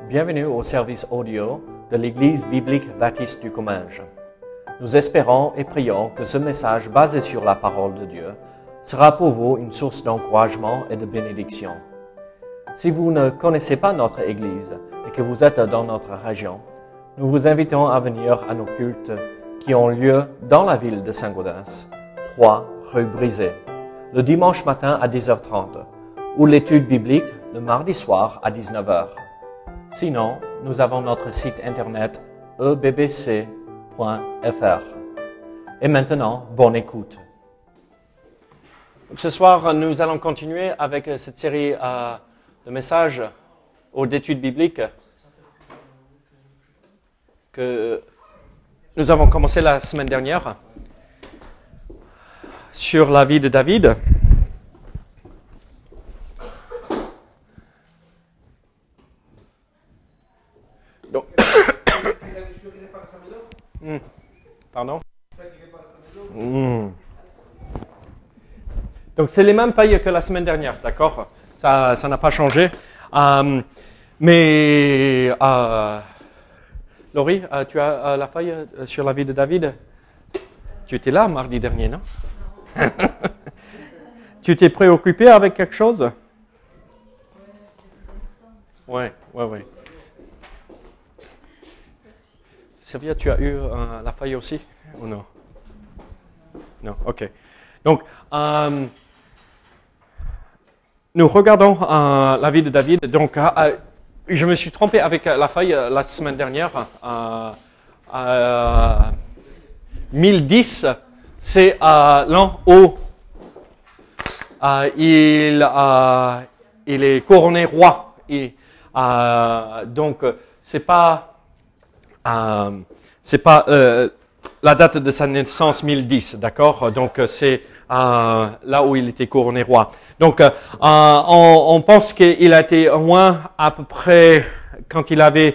Bienvenue au service audio de l'Église biblique baptiste du Comminges. Nous espérons et prions que ce message basé sur la parole de Dieu sera pour vous une source d'encouragement et de bénédiction. Si vous ne connaissez pas notre Église et que vous êtes dans notre région, nous vous invitons à venir à nos cultes qui ont lieu dans la ville de Saint-Gaudens, 3 rue Brisée, le dimanche matin à 10h30, ou l'étude biblique le mardi soir à 19h. Sinon, nous avons notre site internet ebbc.fr. Et maintenant, bonne écoute. Ce soir, nous allons continuer avec cette série de messages ou d'études bibliques que nous avons commencé la semaine dernière sur la vie de David. Donc, pardon? Donc, c'est les mêmes feuilles que la semaine dernière, d'accord? Ça n'a pas changé. Mais, Laurie, tu as la feuille sur la vie de David? Tu étais là mardi dernier, non? Tu t'es préoccupé avec quelque chose? Oui. Sylvia, tu as eu la feuille aussi ou non? Non, ok. Donc, nous regardons la vie de David. Donc, je me suis trompé avec la feuille la semaine dernière. 1010, c'est l'an où il est couronné roi. Donc, c'est pas la date de sa naissance 1010, d'accord? Donc, c'est là où il était couronné roi. Donc, on pense qu'il a été au moins à peu près quand il avait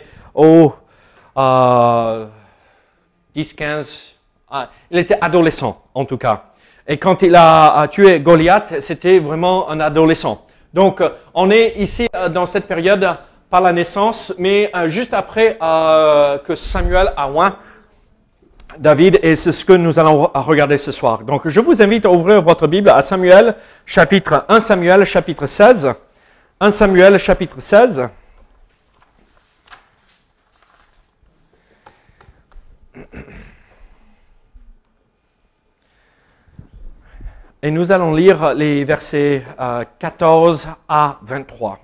10-15, il était adolescent en tout cas. Et quand il a tué Goliath, c'était vraiment un adolescent. Donc, on est ici dans cette période par la naissance, mais juste après que Samuel a oint David, et c'est ce que nous allons regarder ce soir. Donc, je vous invite à ouvrir votre Bible à 1 Samuel, chapitre 16. 1 Samuel, chapitre 16. Et nous allons lire les versets 14 à 23.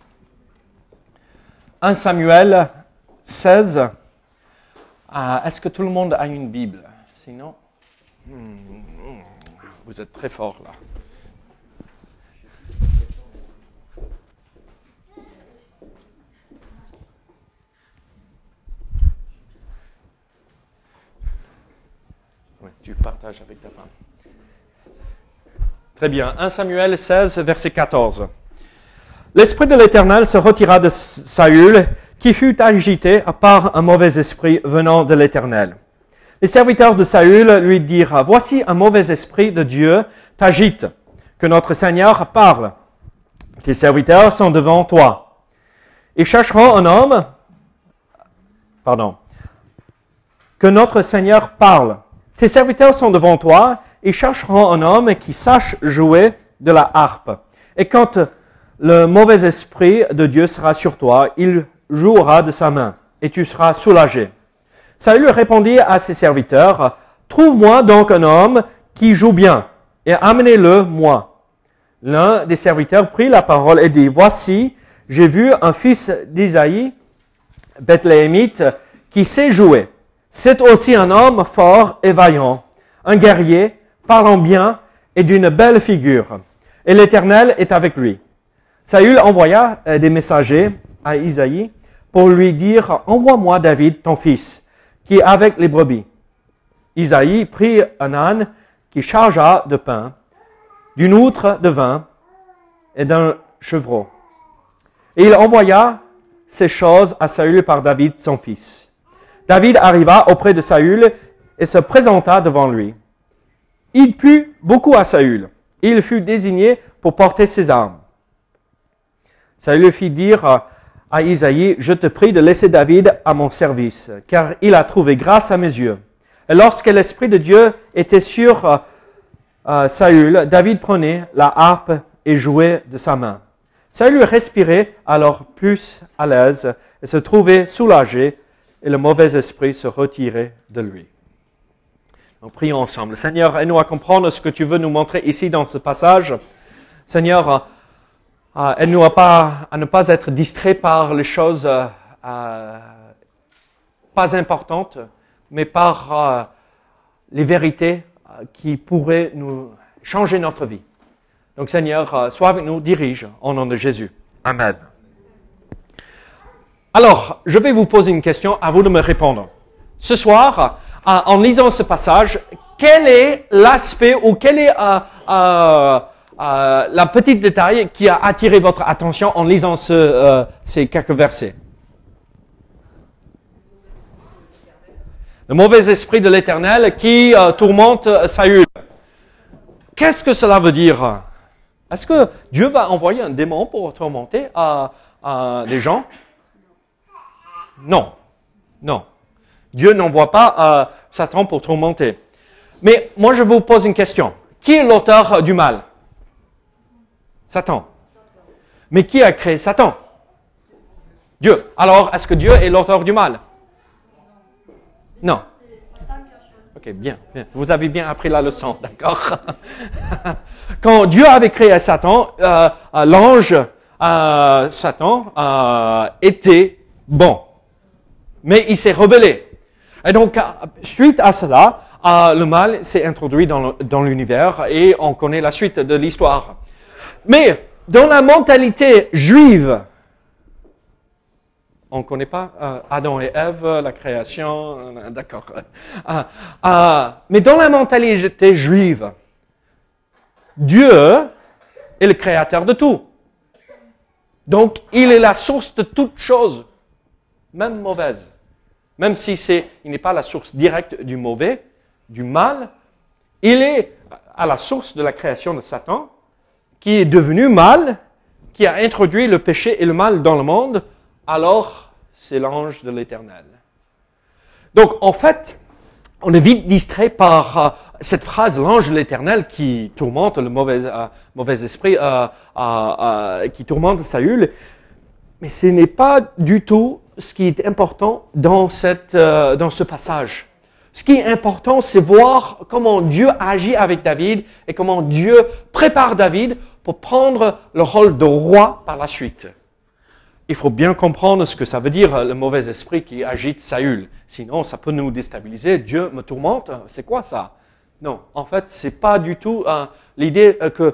1 Samuel 16. Est-ce que tout le monde a une Bible? Sinon, vous êtes très fort là. Oui, tu partages avec ta femme. Très bien. 1 Samuel 16, verset 14. L'Esprit de l'Éternel se retira de Saül, qui fut agité par un mauvais esprit venant de l'Éternel. Les serviteurs de Saül lui dirent, « Voici un mauvais esprit de Dieu t'agite, que notre Seigneur parle. Tes serviteurs sont devant toi. Ils chercheront un homme, que notre Seigneur parle. Tes serviteurs sont devant toi, ils chercheront un homme qui sache jouer de la harpe. Et quand le mauvais esprit de Dieu sera sur toi, il jouera de sa main, et tu seras soulagé. » Saül répondit à ses serviteurs, « Trouve-moi donc un homme qui joue bien, et amenez-le moi. » L'un des serviteurs prit la parole et dit, « Voici, j'ai vu un fils d'Isaïe, Bethléemite, qui sait jouer. C'est aussi un homme fort et vaillant, un guerrier, parlant bien et d'une belle figure. Et l'Éternel est avec lui. » Saül envoya des messagers à Isaïe pour lui dire, « Envoie-moi David, ton fils, qui est avec les brebis. » Isaïe prit un âne qui chargea de pain, d'une outre de vin et d'un chevreau. Et il envoya ces choses à Saül par David, son fils. David arriva auprès de Saül et se présenta devant lui. Il plut beaucoup à Saül, et il fut désigné pour porter ses armes. Saül fit dire à Isaïe, « Je te prie de laisser David à mon service, car il a trouvé grâce à mes yeux. » Et lorsque l'Esprit de Dieu était sur Saül, David prenait la harpe et jouait de sa main. Saül respirait alors plus à l'aise et se trouvait soulagé, et le mauvais esprit se retirait de lui. Donc prions ensemble. Seigneur, aide-nous à comprendre ce que tu veux nous montrer ici dans ce passage. Seigneur, aide-nous à ne pas être distraits par les choses pas importantes, mais par les vérités qui pourraient nous changer notre vie. Donc Seigneur, sois avec nous, dirige au nom de Jésus. Amen. Alors, je vais vous poser une question, à vous de me répondre. Ce soir, en lisant ce passage, quel est l'aspect ou quel est la petite détail qui a attiré votre attention en lisant ces quelques versets? Le mauvais esprit de l'Éternel qui tourmente Saül. Qu'est-ce que cela veut dire? Est-ce que Dieu va envoyer un démon pour tourmenter les gens? Non. Non. Dieu n'envoie pas Satan pour tourmenter. Mais moi, je vous pose une question. Qui est l'auteur du mal? Satan. Mais qui a créé Satan? Dieu. Alors, est-ce que Dieu est l'auteur du mal? Non. Ok, bien, bien. Vous avez bien appris la leçon, d'accord? Quand Dieu avait créé Satan, l'ange Satan était bon. Mais il s'est rebellé. Et donc, suite à cela, le mal s'est introduit dans l'univers et on connaît la suite de l'histoire. Mais dans la mentalité juive, on ne connaît pas Adam et Ève, la création, d'accord. Mais dans la mentalité juive, Dieu est le créateur de tout. Donc, il est la source de toutes choses, même mauvaises. Même si il n'est pas la source directe du mauvais, du mal, il est à la source de la création de Satan, qui est devenu mal, qui a introduit le péché et le mal dans le monde, alors c'est l'ange de l'Éternel. Donc, en fait, on est vite distrait par cette phrase, l'ange de l'Éternel qui tourmente le mauvais esprit, qui tourmente Saül. Mais ce n'est pas du tout ce qui est important dans ce passage. Ce qui est important, c'est voir comment Dieu agit avec David et comment Dieu prépare David pour prendre le rôle de roi par la suite. Il faut bien comprendre ce que ça veut dire, le mauvais esprit qui agite Saül. Sinon, ça peut nous déstabiliser. Dieu me tourmente, c'est quoi ça? Non, en fait, c'est pas du tout l'idée que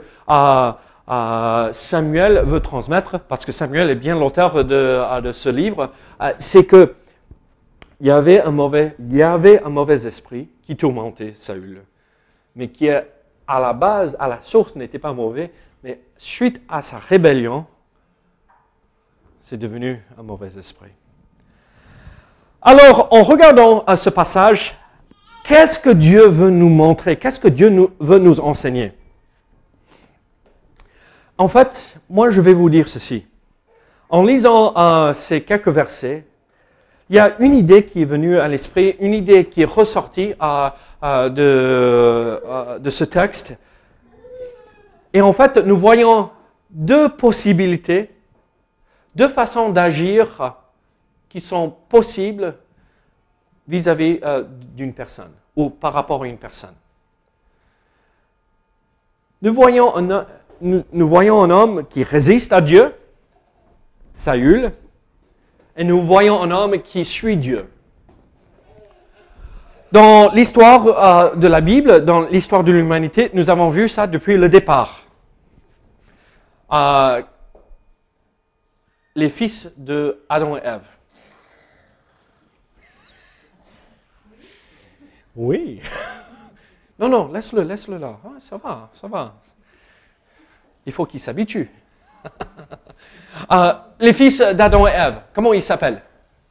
Samuel veut transmettre, parce que Samuel est bien l'auteur de ce livre. C'est que il y avait un mauvais esprit qui tourmentait Saül, mais qui à la base, à la source, n'était pas mauvais, mais suite à sa rébellion, c'est devenu un mauvais esprit. Alors, en regardant ce passage, qu'est-ce que Dieu veut nous montrer? Qu'est-ce que Dieu veut nous enseigner? En fait, moi, je vais vous dire ceci. En lisant ces quelques versets, il y a une idée qui est venue à l'esprit, une idée qui est ressortie de ce texte. Et en fait, nous voyons deux possibilités, deux façons d'agir qui sont possibles vis-à-vis d'une personne ou par rapport à une personne. Nous voyons un homme qui résiste à Dieu, Saül, et nous voyons un homme qui suit Dieu. Dans l'histoire de la Bible, dans l'histoire de l'humanité, nous avons vu ça depuis le départ. Les fils de Adam et Ève. Oui. Non, laisse-le là. Ah, ça va. Il faut qu'il s'habitue. Les fils d'Adam et Ève, comment ils s'appellent?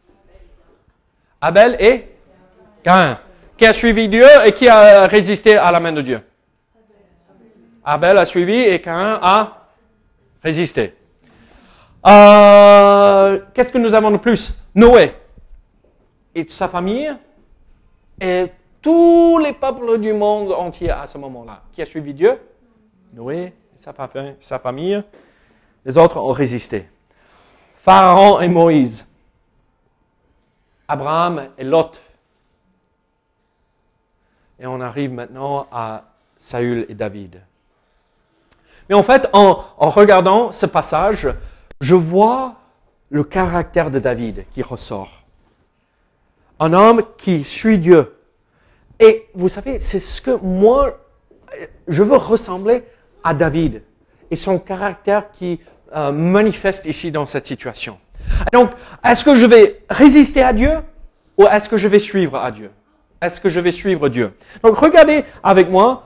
Abel et Caïn. Qui a suivi Dieu et qui a résisté à la main de Dieu? Abel a suivi et Caïn a résisté. Qu'est-ce que nous avons de plus? Noé et sa famille et tous les peuples du monde entier à ce moment-là. Qui a suivi Dieu? Noé et sa famille. Les autres ont résisté. Pharaon et Moïse. Abraham et Lot. Et on arrive maintenant à Saül et David. Mais en fait, en regardant ce passage, je vois le caractère de David qui ressort. Un homme qui suit Dieu. Et vous savez, c'est ce que moi, je veux ressembler à David et son caractère qui manifeste ici dans cette situation. Donc, est-ce que je vais résister à Dieu ou est-ce que je vais suivre à Dieu? Est-ce que je vais suivre Dieu? Donc, regardez avec moi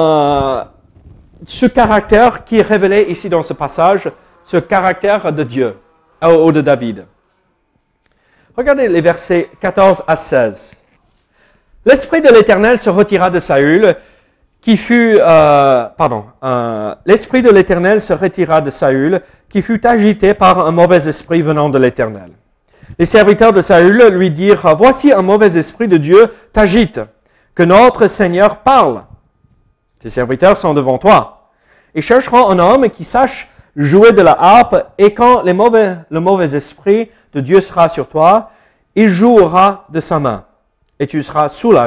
ce caractère qui est révélé ici dans ce passage, ce caractère de Dieu, ou de David. Regardez les versets 14 à 16. L'Esprit de l'Éternel se retira de Saül, l'Esprit de l'Éternel se retira de Saül, qui fut agité par un mauvais esprit venant de l'Éternel. Les serviteurs de Saül lui dirent, « Voici un mauvais esprit de Dieu t'agite, que notre Seigneur parle. Tes serviteurs sont devant toi. Ils chercheront un homme qui sache jouer de la harpe, et quand le mauvais esprit de Dieu sera sur toi, il jouera de sa main, et tu seras soulagé. »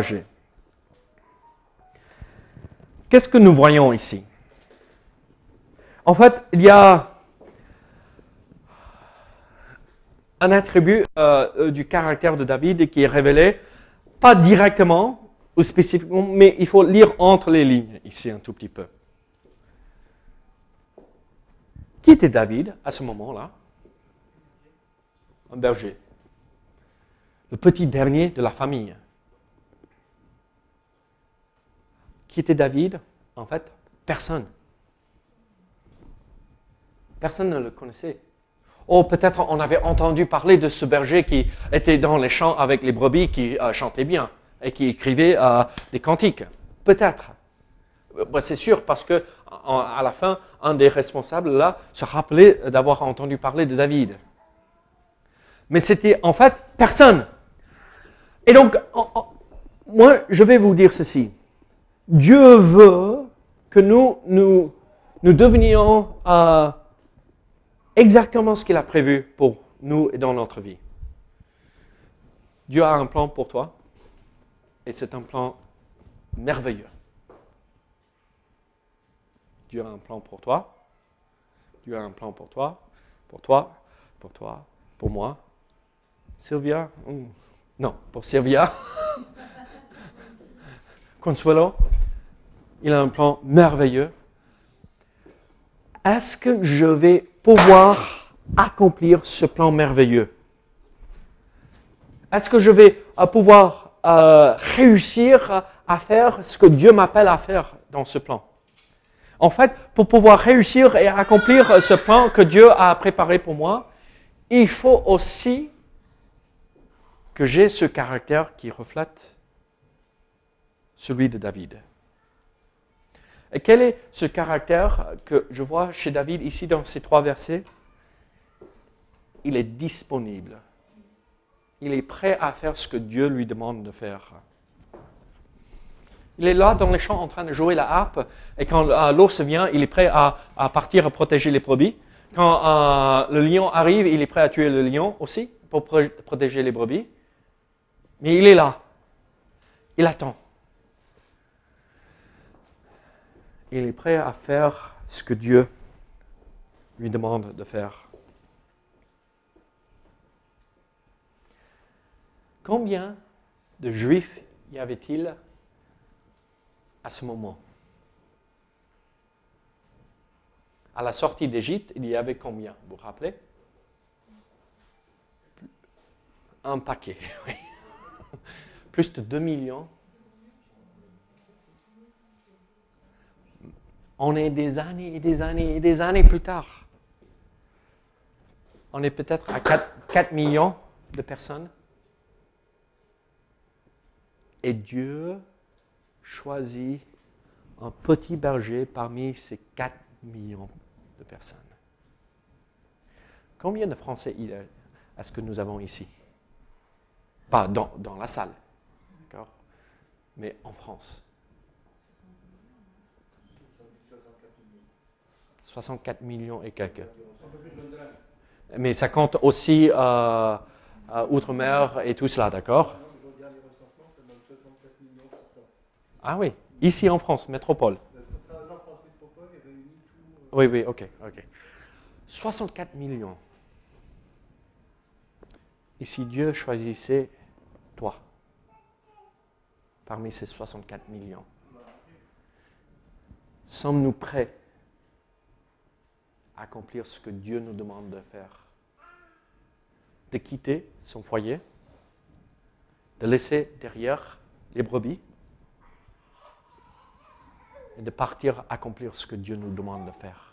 Qu'est-ce que nous voyons ici? En fait, il y a un attribut du caractère de David qui est révélé, pas directement ou spécifiquement, mais il faut lire entre les lignes ici un tout petit peu. Qui était David à ce moment-là? Un berger. Le petit dernier de la famille. Qui était David? En fait, personne. Personne ne le connaissait. Oh, peut-être on avait entendu parler de ce berger qui était dans les champs avec les brebis, qui chantait bien et qui écrivait des cantiques. Peut-être. C'est sûr, parce que à la fin, un des responsables là se rappelait d'avoir entendu parler de David. Mais c'était en fait personne. Et donc, moi, je vais vous dire ceci. Dieu veut que nous devenions exactement ce qu'il a prévu pour nous et dans notre vie. Dieu a un plan pour toi et c'est un plan merveilleux. Dieu a un plan pour toi. Dieu a un plan pour toi, pour toi, pour toi, pour moi. Sylvia? Non, pour Sylvia. Consuelo, il a un plan merveilleux. Est-ce que je vais pouvoir accomplir ce plan merveilleux? Est-ce que je vais pouvoir réussir à faire ce que Dieu m'appelle à faire dans ce plan? En fait, pour pouvoir réussir et accomplir ce plan que Dieu a préparé pour moi, il faut aussi que j'ai ce caractère qui reflète celui de David. Et quel est ce caractère que je vois chez David ici dans ces 3 versets? Il est disponible. Il est prêt à faire ce que Dieu lui demande de faire. Il est là dans les champs en train de jouer la harpe et quand l'ours vient, il est prêt à partir à protéger les brebis. Quand le lion arrive, il est prêt à tuer le lion aussi pour protéger les brebis. Mais il est là. Il attend. Il est prêt à faire ce que Dieu lui demande de faire. Combien de Juifs y avait-il à ce moment? À la sortie d'Égypte, il y avait combien? Vous vous rappelez? Un paquet, oui. Plus de 2 millions. On est des années et des années et des années plus tard. On est peut-être à 4 millions de personnes. Et Dieu choisit un petit berger parmi ces 4 millions de personnes. Combien de Français est-ce que nous avons ici? Pas dans la salle, d'accord? Mais en France. 64 millions et quelques. Mais ça compte aussi Outre-mer et tout cela, d'accord? Ah oui, ici en France, métropole. Oui, oui, ok. 64 millions. Et si Dieu choisissait toi, parmi ces 64 millions, sommes-nous prêts à accomplir ce que Dieu nous demande de faire? De quitter son foyer, de laisser derrière les brebis et de partir accomplir ce que Dieu nous demande de faire.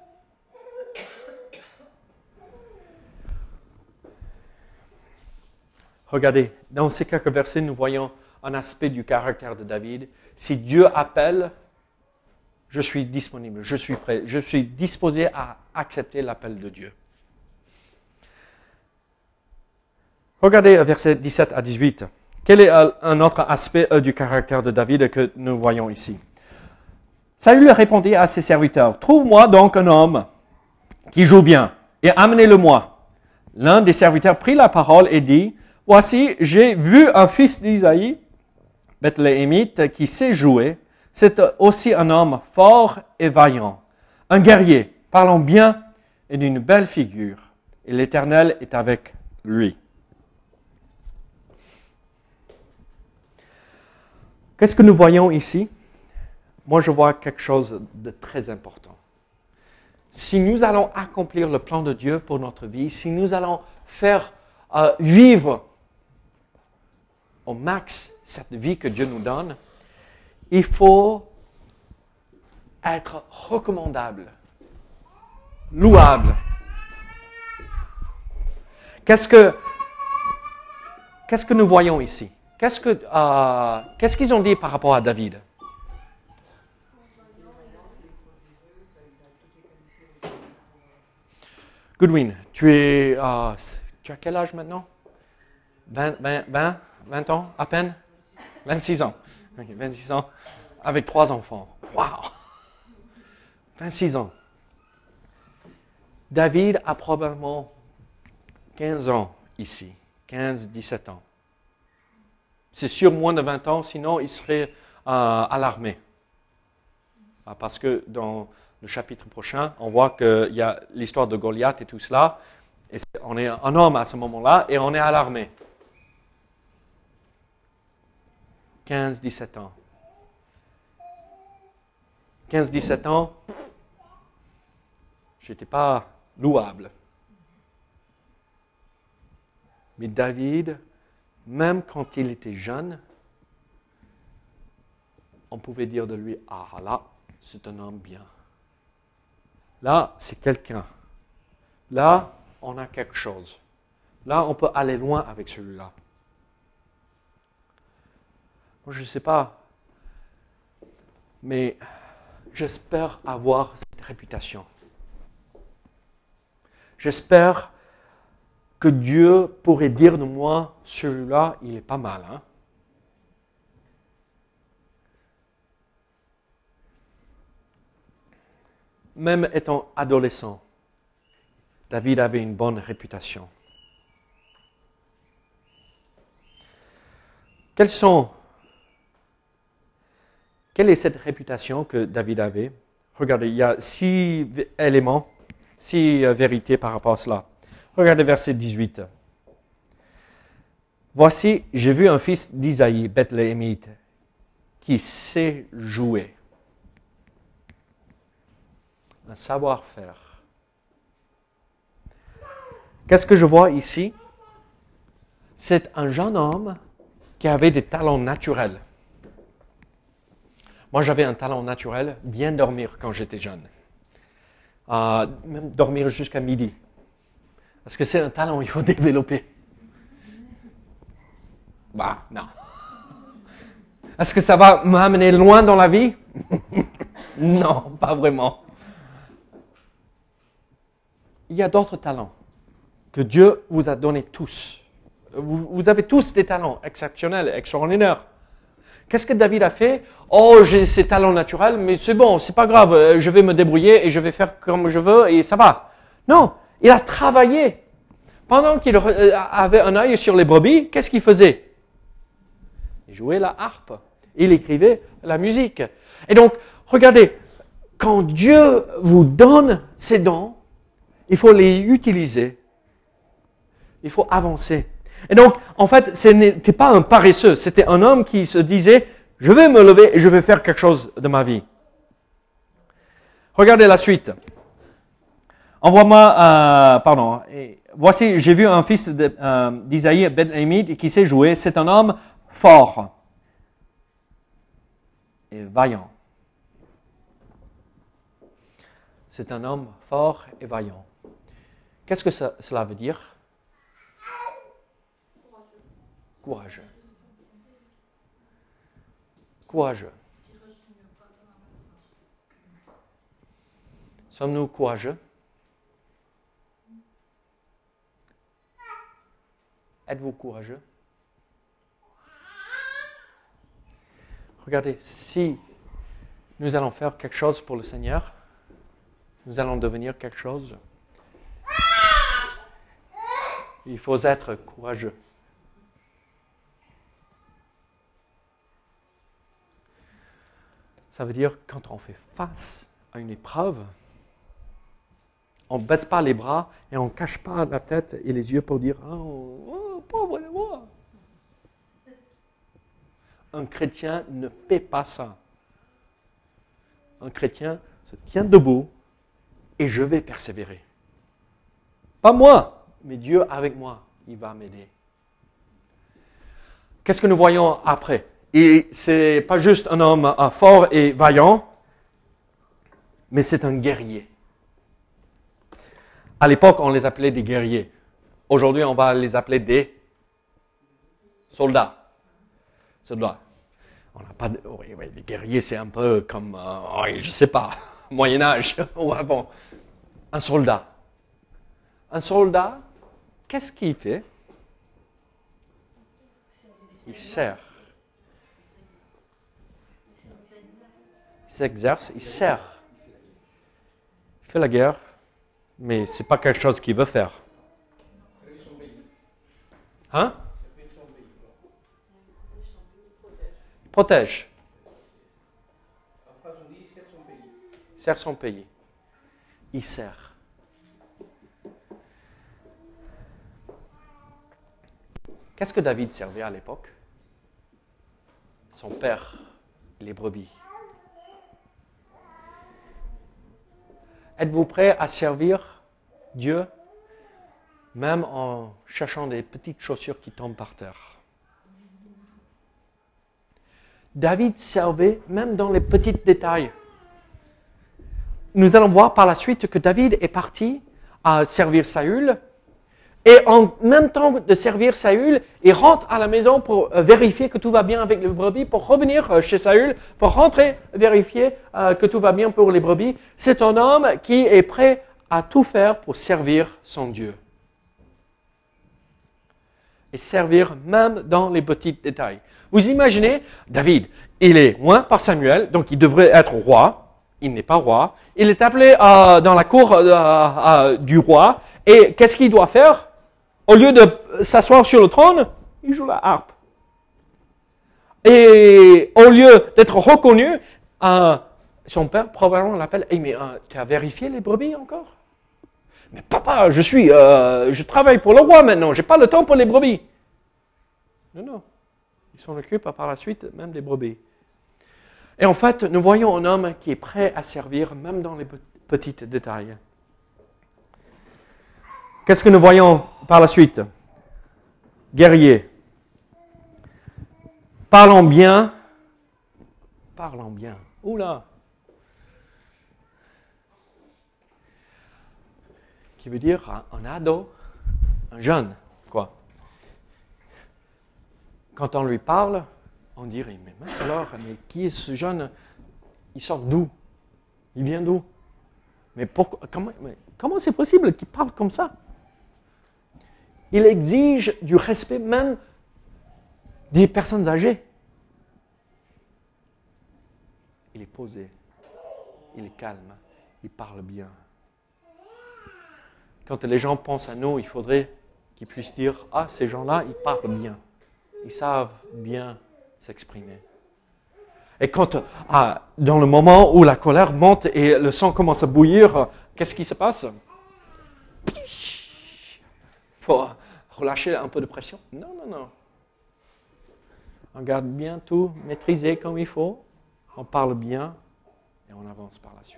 Regardez, dans ces quelques versets, nous voyons un aspect du caractère de David. Si Dieu appelle, je suis disponible, je suis prêt, je suis disposé à accepter l'appel de Dieu. Regardez versets 17 à 18. Quel est un autre aspect du caractère de David que nous voyons ici? Saül répondit à ses serviteurs, « Trouve-moi donc un homme qui joue bien, et amenez-le-moi. » L'un des serviteurs prit la parole et dit, « Voici, j'ai vu un fils d'Isaïe, Bethléemite, qui sait jouer. C'est aussi un homme fort et vaillant, un guerrier, parlant bien et d'une belle figure, et l'Éternel est avec lui. » Qu'est-ce que nous voyons ici? Moi, je vois quelque chose de très important. Si nous allons accomplir le plan de Dieu pour notre vie, si nous allons faire vivre au max cette vie que Dieu nous donne, il faut être recommandable, louable. Qu'est-ce que nous voyons ici? Qu'est-ce qu'ils ont dit par rapport à David? Goodwin, tu as quel âge maintenant? 20 ans à peine? 26 ans. Okay, 26 ans avec 3 enfants. Wow! 26 ans. David a probablement 15 ans ici. 15-17 ans. C'est sûr moins de 20 ans, sinon il serait à l'armée. Parce que dans le chapitre prochain, on voit qu'il y a l'histoire de Goliath et tout cela. Et on est un homme à ce moment-là et on est à l'armée. 15-17 ans. 15-17 ans, je n'étais pas louable. Mais David, même quand il était jeune, on pouvait dire de lui, « Ah là, c'est un homme bien. Là, c'est quelqu'un. Là, on a quelque chose. Là, on peut aller loin avec celui-là. » Moi, je ne sais pas, mais j'espère avoir cette réputation. J'espère que Dieu pourrait dire de moi, celui-là, il est pas mal. Hein? Même étant adolescent, David avait une bonne réputation. Quelle est cette réputation que David avait? Regardez, il y a 6 éléments, 6 vérités par rapport à cela. Regardez verset 18. « Voici, j'ai vu un fils d'Isaïe, Bethléemite, qui sait jouer. » Un savoir-faire. Qu'est-ce que je vois ici? C'est un jeune homme qui avait des talents naturels. Moi, j'avais un talent naturel, bien dormir quand j'étais jeune. Même dormir jusqu'à midi. Parce que c'est un talent qu'il faut développer. Bah, non. Est-ce que ça va m'amener loin dans la vie? Non, pas vraiment. Il y a d'autres talents que Dieu vous a donné tous. Vous avez tous des talents exceptionnels, extraordinaires. Qu'est-ce que David a fait? Oh, j'ai ces talents naturels, mais c'est bon, c'est pas grave, je vais me débrouiller et je vais faire comme je veux et ça va. Non, il a travaillé. Pendant qu'il avait un œil sur les brebis, qu'est-ce qu'il faisait? Il jouait la harpe. Il écrivait la musique. Et donc, regardez, quand Dieu vous donne ces dons, il faut les utiliser. Il faut avancer. Et donc, en fait, ce n'était pas un paresseux, c'était un homme qui se disait, je vais me lever et je vais faire quelque chose de ma vie. Regardez la suite. Voici, j'ai vu un fils d'Isaïe, Bethléemite, qui sait jouer. C'est un homme fort et vaillant. C'est un homme fort et vaillant. Qu'est-ce que cela veut dire? Courageux. Courageux. Sommes-nous courageux? Êtes-vous courageux? Regardez, si nous allons faire quelque chose pour le Seigneur, nous allons devenir quelque chose, il faut être courageux. Ça veut dire quand on fait face à une épreuve, on ne baisse pas les bras et on ne cache pas la tête et les yeux pour dire « Oh, pauvre de moi !» Un chrétien ne fait pas ça. Un chrétien se tient debout et je vais persévérer. Pas moi, mais Dieu avec moi, il va m'aider. Qu'est-ce que nous voyons après? Et ce n'est pas juste un homme fort et vaillant, mais c'est un guerrier. À l'époque, on les appelait des guerriers. Aujourd'hui, on va les appeler des soldats. Soldats. On n'a pas de, oui, les guerriers, c'est un peu comme, je ne sais pas, Moyen-Âge ou avant. Un soldat. Un soldat, qu'est-ce qu'il fait? Il sert. Il s'exerce, il sert. Il fait la guerre, mais ce n'est pas quelque chose qu'il veut faire. Hein? Il protège. Il sert son pays. Il sert. Qu'est-ce que David servait à l'époque? Son père, les brebis. Êtes-vous prêt à servir Dieu, même en cherchant des petites chaussures qui tombent par terre? David servait même dans les petits détails. Nous allons voir par la suite que David est parti à servir Saül. Et en même temps de servir Saül, il rentre à la maison pour vérifier que tout va bien avec les brebis, pour revenir chez Saül, pour rentrer, vérifier que tout va bien pour les brebis. C'est un homme qui est prêt à tout faire pour servir son Dieu. Et servir même dans les petits détails. Vous imaginez, David, il est loin par Samuel, donc il devrait être roi. Il n'est pas roi. Il est appelé dans la cour du roi. Et qu'est-ce qu'il doit faire? Au lieu de s'asseoir sur le trône, il joue la harpe. Et au lieu d'être reconnu, son père probablement l'appelle, hey, mais tu as vérifié les brebis encore? Mais papa, je travaille pour le roi maintenant, je n'ai pas le temps pour les brebis. Non. Il s'en occupe par la suite même des brebis. Et en fait, nous voyons un homme qui est prêt à servir même dans les petits détails. Qu'est-ce que nous voyons par la suite? Guerrier. Parlons bien. Parlons bien. Oula. Qui veut dire un ado, un jeune, quoi. Quand on lui parle, on dirait, mais alors, mais qui est ce jeune? Il sort d'où? Il vient d'où? Mais pourquoi? Comment c'est possible qu'il parle comme ça? Il exige du respect même des personnes âgées. Il est posé, il est calme, il parle bien. Quand les gens pensent à nous, il faudrait qu'ils puissent dire « Ah, ces gens-là, ils parlent bien. Ils savent bien s'exprimer. » Et quand, dans le moment où la colère monte et le sang commence à bouillir, qu'est-ce qui se passe? Il faut relâcher un peu de pression. Non, non, non. On garde bien tout maîtrisé comme il faut. On parle bien et on avance par la suite.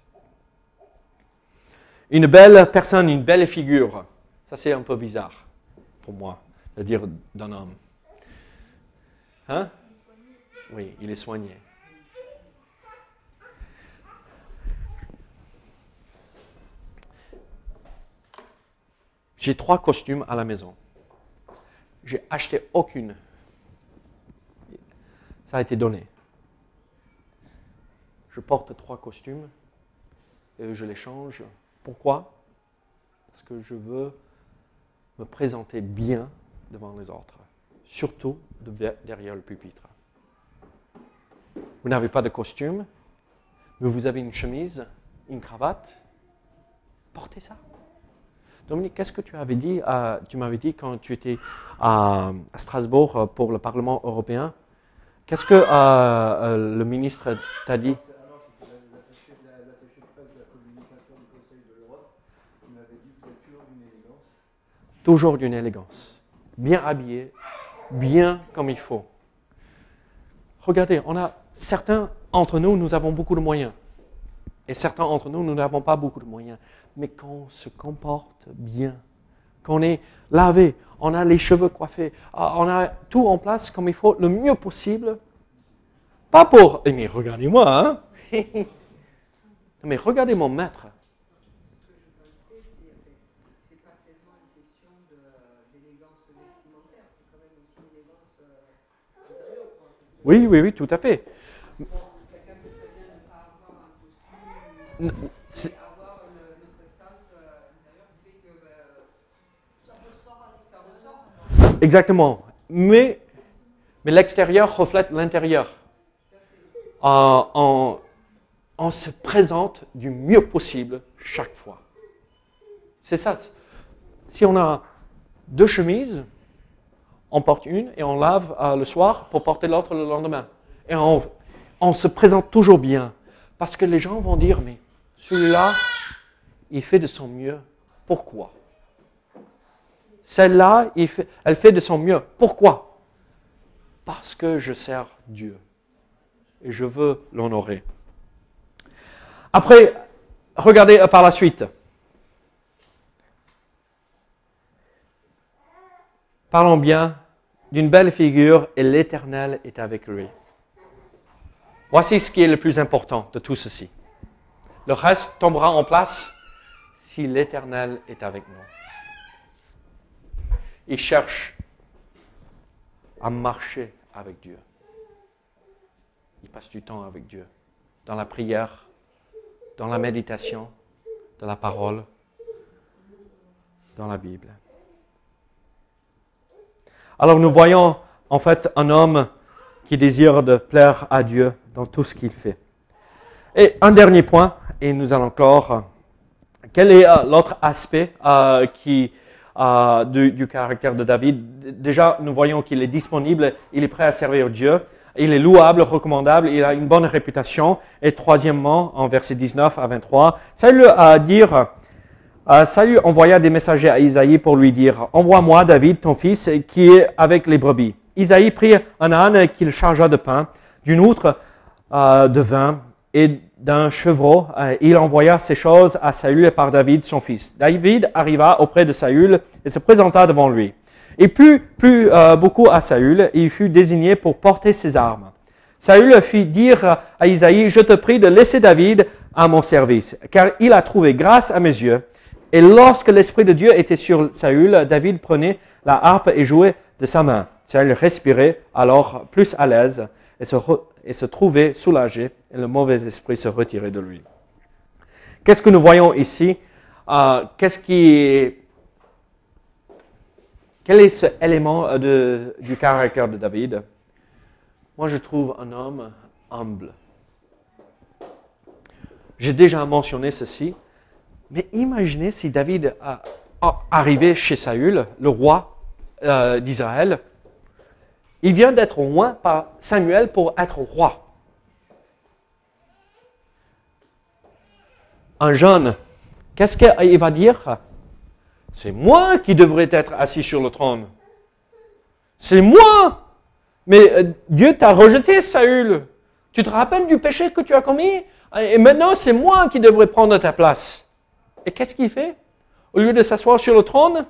Une belle personne, une belle figure. Ça, c'est un peu bizarre pour moi de dire d'un homme. Hein? Oui, il est soigné. J'ai 3 costumes à la maison. J'ai acheté aucune. Ça a été donné. Je porte 3 costumes et je les change. Pourquoi? Parce que je veux me présenter bien devant les autres, surtout derrière le pupitre. Vous n'avez pas de costume, mais vous avez une chemise, une cravate, portez ça. Dominique, qu'est-ce que tu avais dit? Tu m'avais dit quand tu étais à Strasbourg pour le Parlement européen. Qu'est-ce que le ministre t'a dit? L'attaché de presse de la communication du Conseil de l'Europe, il m'avait dit que vous êtes toujours d'une élégance. Toujours d'une élégance. Bien habillé, bien comme il faut. Regardez, certains d'entre nous, nous avons beaucoup de moyens. Et certains d'entre nous, nous n'avons pas beaucoup de moyens. Mais quand on se comporte bien, qu'on est lavé, on a les cheveux coiffés, on a tout en place comme il faut, le mieux possible. Pas pour, mais regardez-moi, hein. Mais regardez mon maître. Ce que je pensais, c'est pas tellement une question d'élégance vestimentaire, c'est quand même aussi une élégance intérieure. Oui, oui, oui, tout à fait. Quelqu'un peut très bien ne pas avoir un costume, c'est avoir une prestance intérieure qui fait que ça ressort. Exactement. Mais l'extérieur reflète l'intérieur. On se présente du mieux possible chaque fois. C'est ça. Si on a 2 chemises, on porte une et on lave le soir pour porter l'autre le lendemain. Et on se présente toujours bien. Parce que les gens vont dire, mais celui-là, il fait de son mieux. Pourquoi? Celle-là, elle fait de son mieux. Pourquoi? Parce que je sers Dieu. Et je veux l'honorer. Après, regardez par la suite. Parlons bien d'une belle figure et l'Éternel est avec lui. Voici ce qui est le plus important de tout ceci. Le reste tombera en place si l'Éternel est avec nous. Il cherche à marcher avec Dieu. Il passe du temps avec Dieu, dans la prière, dans la méditation, dans la parole, dans la Bible. Alors nous voyons en fait un homme qui désire de plaire à Dieu dans tout ce qu'il fait. Et un dernier point, et nous allons clore. Quel est l'autre aspect du caractère de David? Déjà, nous voyons qu'il est disponible, il est prêt à servir Dieu. Il est louable, recommandable, il a une bonne réputation. Et troisièmement, en versets 19 à 23, Saül envoya des messagers à Isaïe pour lui dire « Envoie-moi David, ton fils, qui est avec les brebis. » Isaïe prit un âne qu'il chargea de pain, d'une outre de vin et d'un chevreau. Il envoya ces choses à Saül par David, son fils. David arriva auprès de Saül et se présenta devant lui. Et plus beaucoup à Saül, il fut désigné pour porter ses armes. Saül fit dire à Isaïe, « Je te prie de laisser David à mon service, car il a trouvé grâce à mes yeux. » Et lorsque l'Esprit de Dieu était sur Saül, David prenait la harpe et jouait de sa main. Saül respirait alors plus à l'aise et se trouvait soulagé, et le mauvais esprit se retirait de lui. Qu'est-ce que nous voyons ici? Qu'est-ce qui est Quel est ce élément du caractère de David? Moi, je trouve un homme humble. J'ai déjà mentionné ceci, mais imaginez si David arrivait chez Saül, le roi d'Israël. Il vient d'être oint par Samuel pour être roi. Un jeune, qu'est-ce qu'il va dire? C'est moi qui devrais être assis sur le trône. C'est moi! Mais Dieu t'a rejeté, Saül. Tu te rappelles du péché que tu as commis? Et maintenant, c'est moi qui devrais prendre ta place. Et qu'est-ce qu'il fait? Au lieu de s'asseoir sur le trône,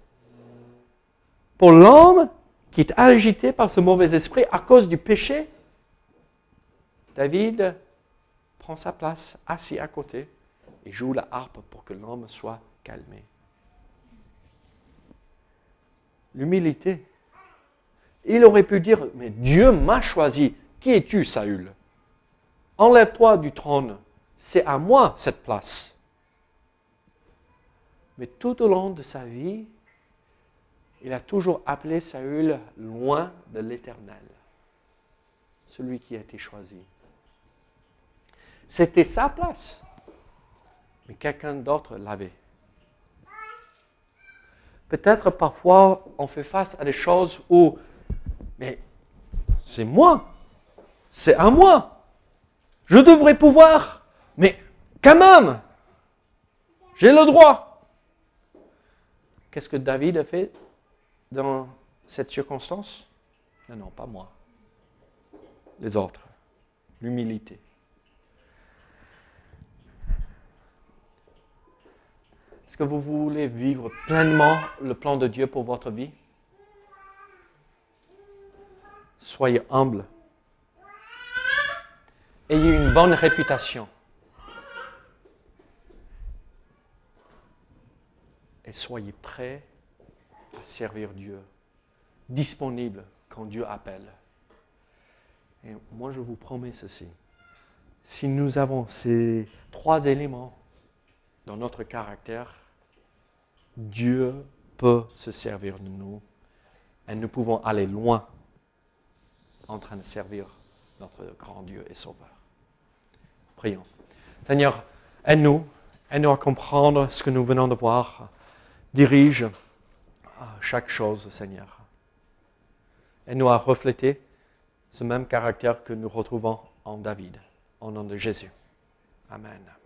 pour l'homme qui est agité par ce mauvais esprit à cause du péché, David prend sa place, assis à côté, et joue la harpe pour que l'homme soit calmé. L'humilité. Il aurait pu dire, mais Dieu m'a choisi. Qui es-tu, Saül? Enlève-toi du trône. C'est à moi cette place. Mais tout au long de sa vie, il a toujours appelé Saül loin de l'Éternel, celui qui a été choisi. C'était sa place, mais quelqu'un d'autre l'avait. Peut-être parfois on fait face à des choses où, mais c'est moi, c'est à moi, je devrais pouvoir, mais quand même, j'ai le droit. Qu'est-ce que David a fait dans cette circonstance? Non, pas moi. Les autres. L'humilité. Est-ce que vous voulez vivre pleinement le plan de Dieu pour votre vie? Soyez humble. Ayez une bonne réputation. Et soyez prêts à servir Dieu, disponible quand Dieu appelle. Et moi, je vous promets ceci. Si nous avons ces 3 éléments dans notre caractère, Dieu peut se servir de nous et nous pouvons aller loin en train de servir notre grand Dieu et Sauveur. Prions. Seigneur, aide-nous à comprendre ce que nous venons de voir. Dirige chaque chose, Seigneur. Aide-nous à refléter ce même caractère que nous retrouvons en David, au nom de Jésus. Amen.